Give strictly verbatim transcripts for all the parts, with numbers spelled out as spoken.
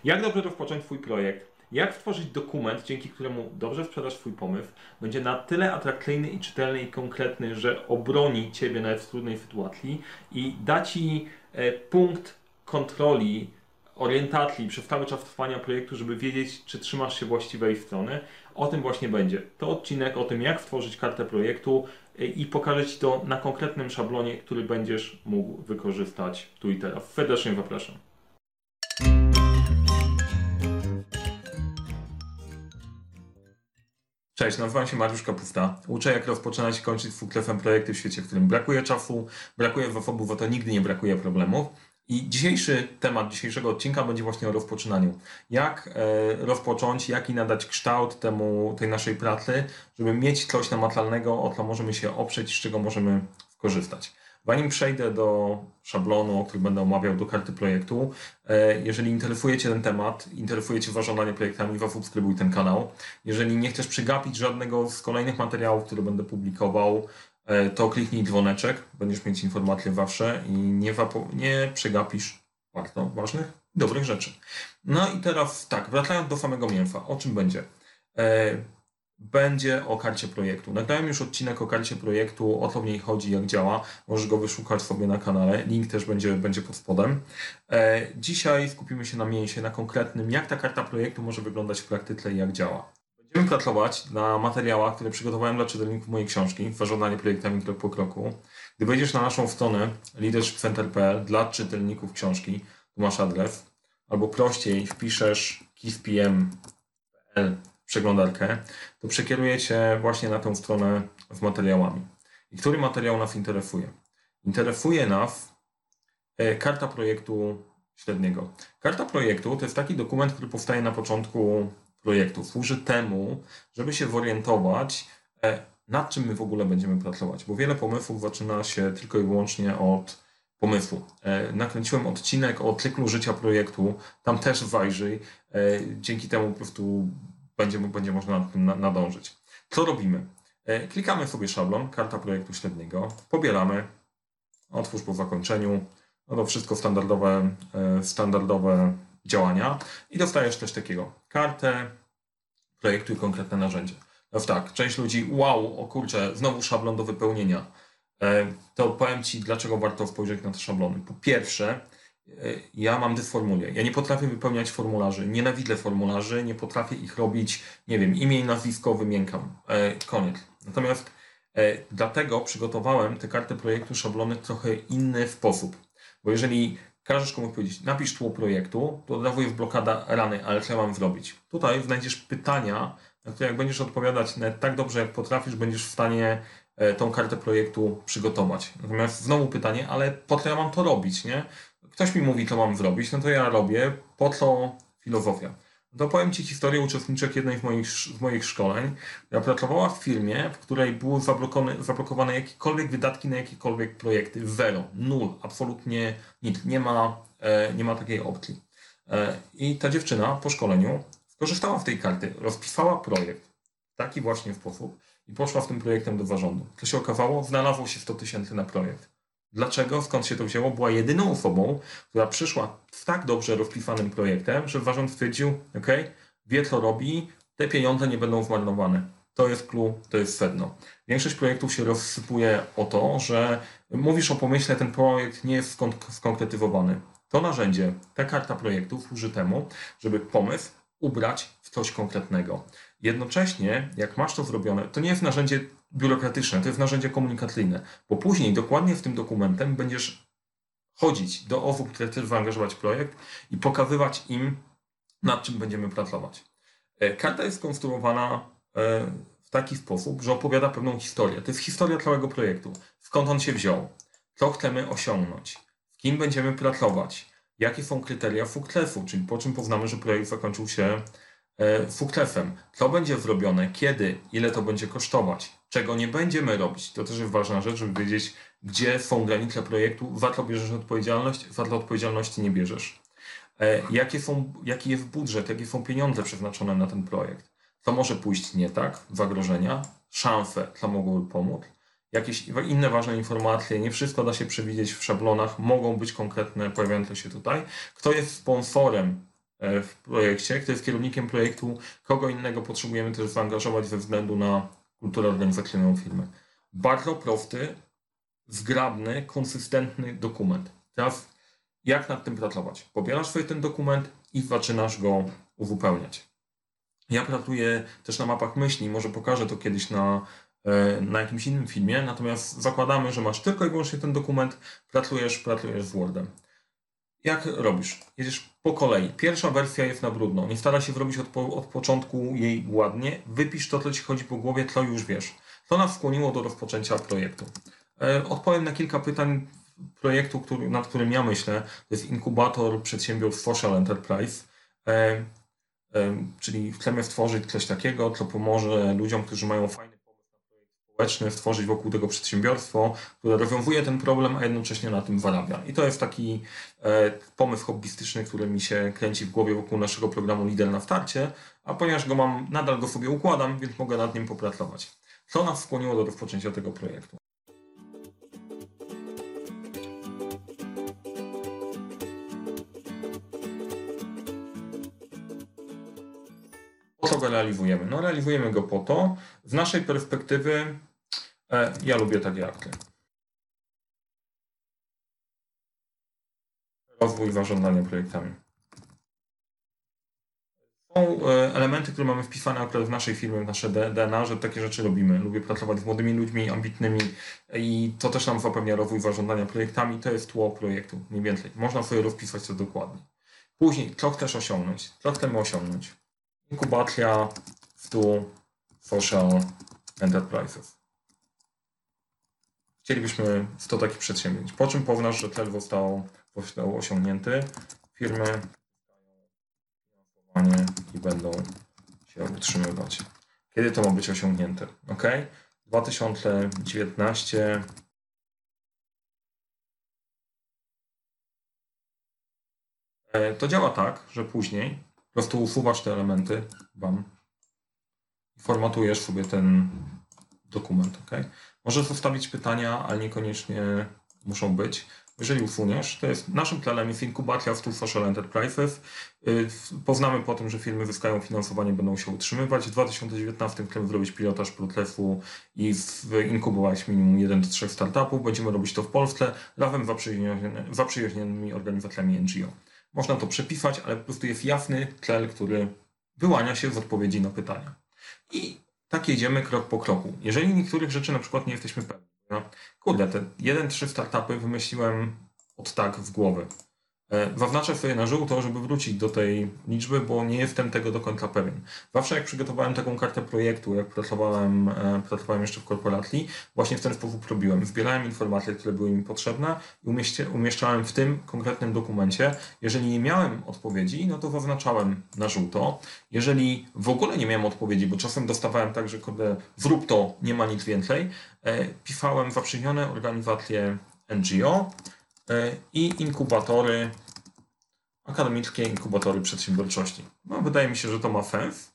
Jak dobrze rozpocząć Twój projekt, jak stworzyć dokument, dzięki któremu dobrze sprzedasz Twój pomysł, będzie na tyle atrakcyjny i czytelny i konkretny, że obroni Ciebie nawet w trudnej sytuacji i da Ci e, punkt kontroli, orientacji przez cały czas trwania projektu, żeby wiedzieć, czy trzymasz się właściwej strony. O tym właśnie będzie. To odcinek o tym, jak stworzyć kartę projektu e, i pokażę Ci to na konkretnym szablonie, który będziesz mógł wykorzystać tu i teraz. Serdecznie zapraszam. Cześć, nazywam się Mariusz Kapusta. Uczę, jak rozpoczynać i kończyć full-trefem projekty w świecie, w którym brakuje czasu, brakuje zasobów, bo to nigdy nie brakuje problemów. I dzisiejszy temat dzisiejszego odcinka będzie właśnie o rozpoczynaniu. Jak e, rozpocząć, jaki nadać kształt temu, tej naszej pracy, żeby mieć coś namacalnego, o co możemy się oprzeć, z czego możemy skorzystać. Zanim przejdę do szablonu, o którym będę omawiał, do karty projektu, jeżeli interesuje Cię ten temat, interesuje Cię zarządzanie projektami, zasubskrybuj ten kanał. Jeżeli nie chcesz przegapić żadnego z kolejnych materiałów, które będę publikował, to kliknij dzwoneczek, będziesz mieć informacje zawsze i nie, nie przegapisz bardzo ważnych, dobrych rzeczy. No i teraz tak, wracając do samego mięsa, o czym będzie? Będzie o karcie projektu. Nagrałem już odcinek o karcie projektu, o co w niej chodzi, jak działa. Możesz go wyszukać sobie na kanale. Link też będzie, będzie pod spodem. E, dzisiaj skupimy się na mięsie, na konkretnym, jak ta karta projektu może wyglądać w praktyce i jak działa. Będziemy pracować na materiałach, które przygotowałem dla czytelników mojej książki Zarządzanie projektami krok po kroku. Gdy wejdziesz na naszą stronę leadership center kropka p l dla czytelników książki, tu masz adres, albo prościej wpiszesz kispm kropka p l przeglądarkę, to przekieruje Cię właśnie na tę stronę z materiałami. I który materiał nas interesuje? Interesuje nas karta projektu średniego. Karta projektu to jest taki dokument, który powstaje na początku projektu. Służy temu, żeby się zorientować, nad czym my w ogóle będziemy pracować, bo wiele pomysłów zaczyna się tylko i wyłącznie od pomysłu. Nakręciłem odcinek o cyklu życia projektu, tam też wajrzyj, dzięki temu po prostu Będzie, będzie można nad tym nadążyć. Co robimy? Klikamy sobie szablon, karta projektu średniego, pobieramy, otwórz po zakończeniu, no to wszystko standardowe, standardowe działania i dostajesz coś takiego, kartę projektu i konkretne narzędzie. No tak, część ludzi, wow, o kurczę, znowu szablon do wypełnienia. To powiem Ci, dlaczego warto spojrzeć na te szablony. Po pierwsze, ja mam dysformulię. Ja nie potrafię wypełniać formularzy. Nienawidzę formularzy, nie potrafię ich robić, nie wiem, imię i nazwisko wymiękam. E, koniec. Natomiast e, dlatego przygotowałem tę kartę projektu, szablony w trochę inny sposób. Bo jeżeli każesz komuś powiedzieć, napisz tło projektu, to od razu jest blokada rany, ale co ja mam zrobić? Tutaj znajdziesz pytania, na które jak będziesz odpowiadać nawet tak dobrze, jak potrafisz, będziesz w stanie e, tą kartę projektu przygotować. Natomiast znowu pytanie, ale po co ja mam to robić, nie? Ktoś mi mówi, co mam zrobić, no to ja robię. Po co filozofia? No to powiem Ci historię uczestniczek jednej z moich, z moich szkoleń, która pracowała w firmie, w której były zablokowane, zablokowane jakiekolwiek wydatki na jakiekolwiek projekty. Zero, nul, absolutnie nic. Nie ma, e, nie ma takiej opcji. E, I ta dziewczyna po szkoleniu skorzystała z tej karty, rozpisała projekt w taki właśnie sposób i poszła z tym projektem do zarządu. Co się okazało? Znalazło się sto tysięcy na projekt. Dlaczego? Skąd się to wzięło? Była jedyną osobą, która przyszła z tak dobrze rozpisanym projektem, że zarząd stwierdził, ok, wie co robi, te pieniądze nie będą zmarnowane. To jest clue, to jest sedno. Większość projektów się rozsypuje o to, że mówisz o pomyśle, ten projekt nie jest skonkretyzowany. To narzędzie, ta karta projektu służy temu, żeby pomysł ubrać w coś konkretnego. Jednocześnie, jak masz to zrobione, to nie jest narzędzie biurokratyczne, to jest narzędzie komunikacyjne, bo później dokładnie w tym dokumentem będziesz chodzić do osób, które chcesz zaangażować w projekt i pokazywać im, nad czym będziemy pracować. Karta jest skonstruowana w taki sposób, że opowiada pewną historię. To jest historia całego projektu. Skąd on się wziął? Co chcemy osiągnąć? Z kim będziemy pracować? Jakie są kryteria sukcesu? Czyli po czym poznamy, że projekt zakończył się sukcesem. Co będzie zrobione? Kiedy? Ile to będzie kosztować? Czego nie będziemy robić? To też jest ważna rzecz, żeby wiedzieć, gdzie są granice projektu, za co bierzesz odpowiedzialność, za co odpowiedzialności nie bierzesz. Jakie są, jaki jest budżet, jakie są pieniądze przeznaczone na ten projekt? Co może pójść nie tak? Zagrożenia, szanse, co mogłyby pomóc? Jakieś inne ważne informacje, nie wszystko da się przewidzieć w szablonach, mogą być konkretne, pojawiające się tutaj. Kto jest sponsorem w projekcie, kto jest kierownikiem projektu, kogo innego potrzebujemy też zaangażować ze względu na kulturę organizacyjną firmy. Bardzo prosty, zgrabny, konsystentny dokument. Teraz jak nad tym pracować? Pobierasz sobie ten dokument i zaczynasz go uzupełniać. Ja pracuję też na mapach myśli, może pokażę to kiedyś na, na jakimś innym filmie, natomiast zakładamy, że masz tylko i wyłącznie ten dokument, pracujesz, pracujesz z Wordem. Jak robisz? Jedziesz po kolei. Pierwsza wersja jest na brudno. Nie staraj się zrobić od, po, od początku jej ładnie. Wypisz to, co ci chodzi po głowie, co już wiesz. Co nas skłoniło do rozpoczęcia projektu? E, odpowiem na kilka pytań projektu, który, nad którym ja myślę. To jest inkubator przedsiębiorstw Social Enterprise. E, e, czyli chcemy stworzyć coś takiego, co pomoże ludziom, którzy mają fajny pomysł na projekt społeczny, stworzyć wokół tego przedsiębiorstwo, które rozwiązuje ten problem, a jednocześnie na tym zarabia. I to jest taki e, pomysł hobbystyczny, który mi się kręci w głowie wokół naszego programu Lider na starcie, a ponieważ go mam, nadal go sobie układam, więc mogę nad nim popracować. Co nas skłoniło do rozpoczęcia tego projektu? Po co go realizujemy? No realizujemy go po to, z naszej perspektywy, e, ja lubię takie akty. Rozwój i zarządzanie projektami. Są elementy, które mamy wpisane akurat w naszej firmie, w nasze D N A, że takie rzeczy robimy. Lubię pracować z młodymi ludźmi, ambitnymi i to też nam zapewnia rozwój zarządzania projektami. To jest tło projektu, mniej więcej. Można sobie rozpisać to dokładnie. Później, co chcesz osiągnąć? Co chcemy osiągnąć? Inkubacja stu social enterprises. Chcielibyśmy sto takich przedsięwzięć. Po czym poznasz, że cel został, został osiągnięty. Firmy i będą się utrzymywać. Kiedy to ma być osiągnięte? Ok? dwa tysiące dziewiętnaście. To działa tak, że później po prostu usuwasz te elementy, bam, i formatujesz sobie ten dokument. Ok? Możesz zostawić pytania, ale niekoniecznie muszą być. Jeżeli usuniesz, to jest naszym celem jest inkubacja stu social enterprises. Poznamy po tym, że firmy zyskają finansowanie, będą się utrzymywać. W dwa tysiące dziewiętnastym chcemy zrobić pilotaż procesu i inkubować minimum jeden do trzech startupów. Będziemy robić to w Polsce razem z zaprzyjaźnionymi organizacjami N G O. Można to przepisać, ale po prostu jest jasny cel, który wyłania się z odpowiedzi na pytania. I tak jedziemy krok po kroku. Jeżeli niektórych rzeczy na przykład nie jesteśmy pewni, no, kurde, te jeden trzy startupy wymyśliłem od tak w głowy. Zaznaczę sobie na żółto, żeby wrócić do tej liczby, bo nie jestem tego do końca pewien. Zawsze jak przygotowałem taką kartę projektu, jak pracowałem, pracowałem jeszcze w korporacji, właśnie w ten sposób robiłem. Zbierałem informacje, które były mi potrzebne i umieszczałem w tym konkretnym dokumencie. Jeżeli nie miałem odpowiedzi, no to zaznaczałem na żółto. Jeżeli w ogóle nie miałem odpowiedzi, bo czasem dostawałem tak, że kurde, zrób to, nie ma nic więcej, pisałem zaprzyjaźnione organizacje N G O i inkubatory, akademickie inkubatory przedsiębiorczości. No, wydaje mi się, że to ma sens.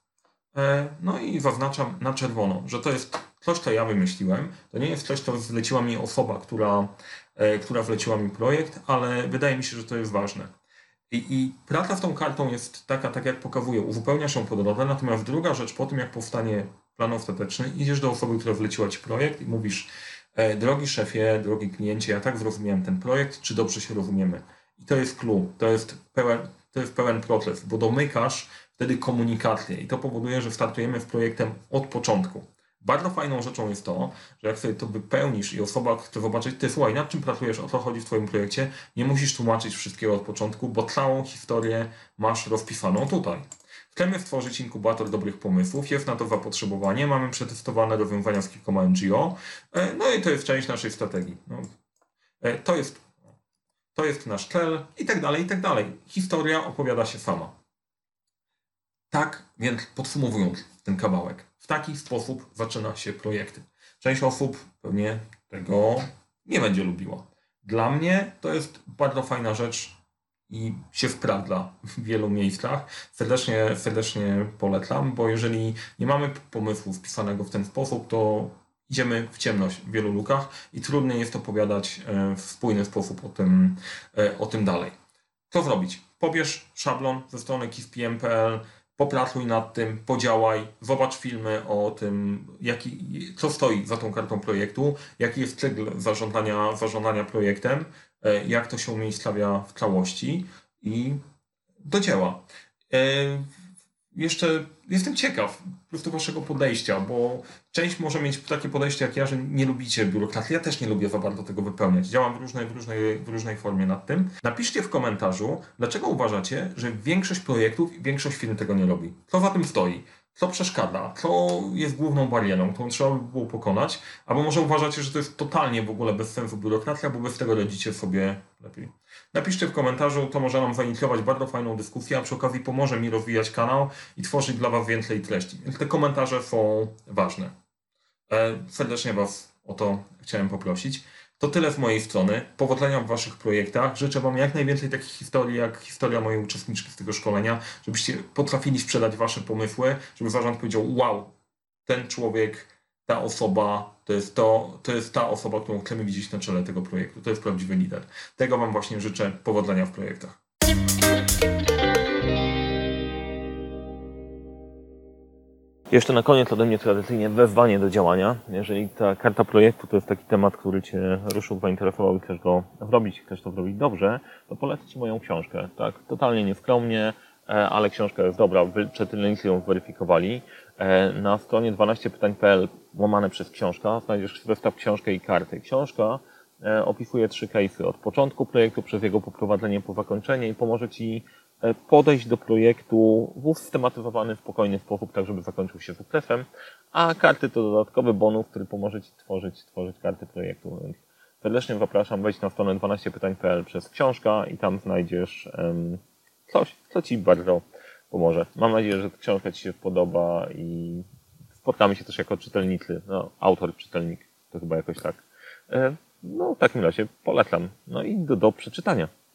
No i zaznaczam na czerwono, że to jest coś, co ja wymyśliłem. To nie jest coś, co zleciła mi osoba, która, która zleciła mi projekt, ale wydaje mi się, że to jest ważne. I, I praca z tą kartą jest taka, tak jak pokazuję, uzupełniasz ją po drodze, natomiast druga rzecz, po tym jak powstanie plan ostateczny, idziesz do osoby, która wleciła ci projekt i mówisz: drogi szefie, drogi kliencie, ja tak zrozumiałem ten projekt, czy dobrze się rozumiemy? I to jest clue, to jest pełen, to jest pełen proces, bo domykasz wtedy komunikację i to powoduje, że startujemy z projektem od początku. Bardzo fajną rzeczą jest to, że jak sobie to wypełnisz i osoba chce zobaczyć, ty słuchaj, nad czym pracujesz, o co chodzi w twoim projekcie, nie musisz tłumaczyć wszystkiego od początku, bo całą historię masz rozpisaną tutaj. Chcemy stworzyć inkubator dobrych pomysłów, jest na to zapotrzebowanie, mamy przetestowane rozwiązania z kilkoma N G O, no i to jest część naszej strategii. No, to jest, to jest nasz cel i tak dalej, i tak dalej. Historia opowiada się sama. Tak więc podsumowując ten kawałek, w taki sposób zaczyna się projekty. Część osób pewnie tego nie będzie lubiła. Dla mnie to jest bardzo fajna rzecz i się sprawdza w wielu miejscach. Serdecznie, serdecznie polecam, bo jeżeli nie mamy pomysłu wpisanego w ten sposób, to idziemy w ciemność w wielu lukach i trudniej jest opowiadać w spójny sposób o tym, o tym dalej. Co zrobić? pobierz szablon ze strony kispm kropka p l, popracuj nad tym, podziałaj, zobacz filmy o tym, jaki, co stoi za tą kartą projektu, jaki jest cykl zarządzania, zarządzania projektem, jak to się umiejscawia w całości i do dzieła. Jeszcze jestem ciekaw po prostu waszego podejścia, bo część może mieć takie podejście jak ja, że nie lubicie biurokracji. Ja też nie lubię za bardzo tego wypełniać. Działam w różnej, w różnej, w różnej formie nad tym. Napiszcie w komentarzu, dlaczego uważacie, że większość projektów i większość firm tego nie robi. Co za tym stoi? Co przeszkadza? Co jest główną barierą, którą trzeba by było pokonać? Albo może uważacie, że to jest totalnie w ogóle bez sensu biurokracja, bo bez tego radzicie sobie lepiej. Napiszcie w komentarzu, to może nam zainicjować bardzo fajną dyskusję, a przy okazji pomoże mi rozwijać kanał i tworzyć dla was więcej treści. Więc te komentarze są ważne. Serdecznie was o to chciałem poprosić. To tyle z mojej strony. Powodzenia w waszych projektach. Życzę wam jak najwięcej takich historii, jak historia mojej uczestniczki z tego szkolenia, żebyście potrafili sprzedać wasze pomysły, żeby zarząd powiedział, wow, ten człowiek, ta osoba, to jest, to, to jest ta osoba, którą chcemy widzieć na czele tego projektu. To jest prawdziwy lider. Tego wam właśnie życzę. Powodzenia w projektach. Jeszcze na koniec ode mnie tradycyjnie wezwanie do działania. Jeżeli ta karta projektu to jest taki temat, który Cię ruszył, zainteresował i chcesz go zrobić, chcesz to zrobić dobrze, to polecę Ci moją książkę. Tak, totalnie nieskromnie, ale książka jest dobra. Czytelnicy ją zweryfikowali. Na stronie dwanaście pytań kropka p l łamane przez książka znajdziesz zestaw książkę i karty. Książka opisuje trzy case'y od początku projektu, przez jego poprowadzenie po zakończenie i pomoże Ci podejść do projektu w usystematyzowany, spokojny sposób, tak żeby zakończył się sukcesem, a karty to dodatkowy bonus, który pomoże Ci tworzyć, tworzyć karty projektu. Więc serdecznie zapraszam, wejdź na stronę dwanaście pytań kropka p l przez książka i tam znajdziesz um, coś, co Ci bardzo pomoże. Mam nadzieję, że ta książka Ci się podoba i spotkamy się też jako czytelnicy, no, autor, czytelnik, to chyba jakoś tak. No w takim razie polecam. No i do, do przeczytania.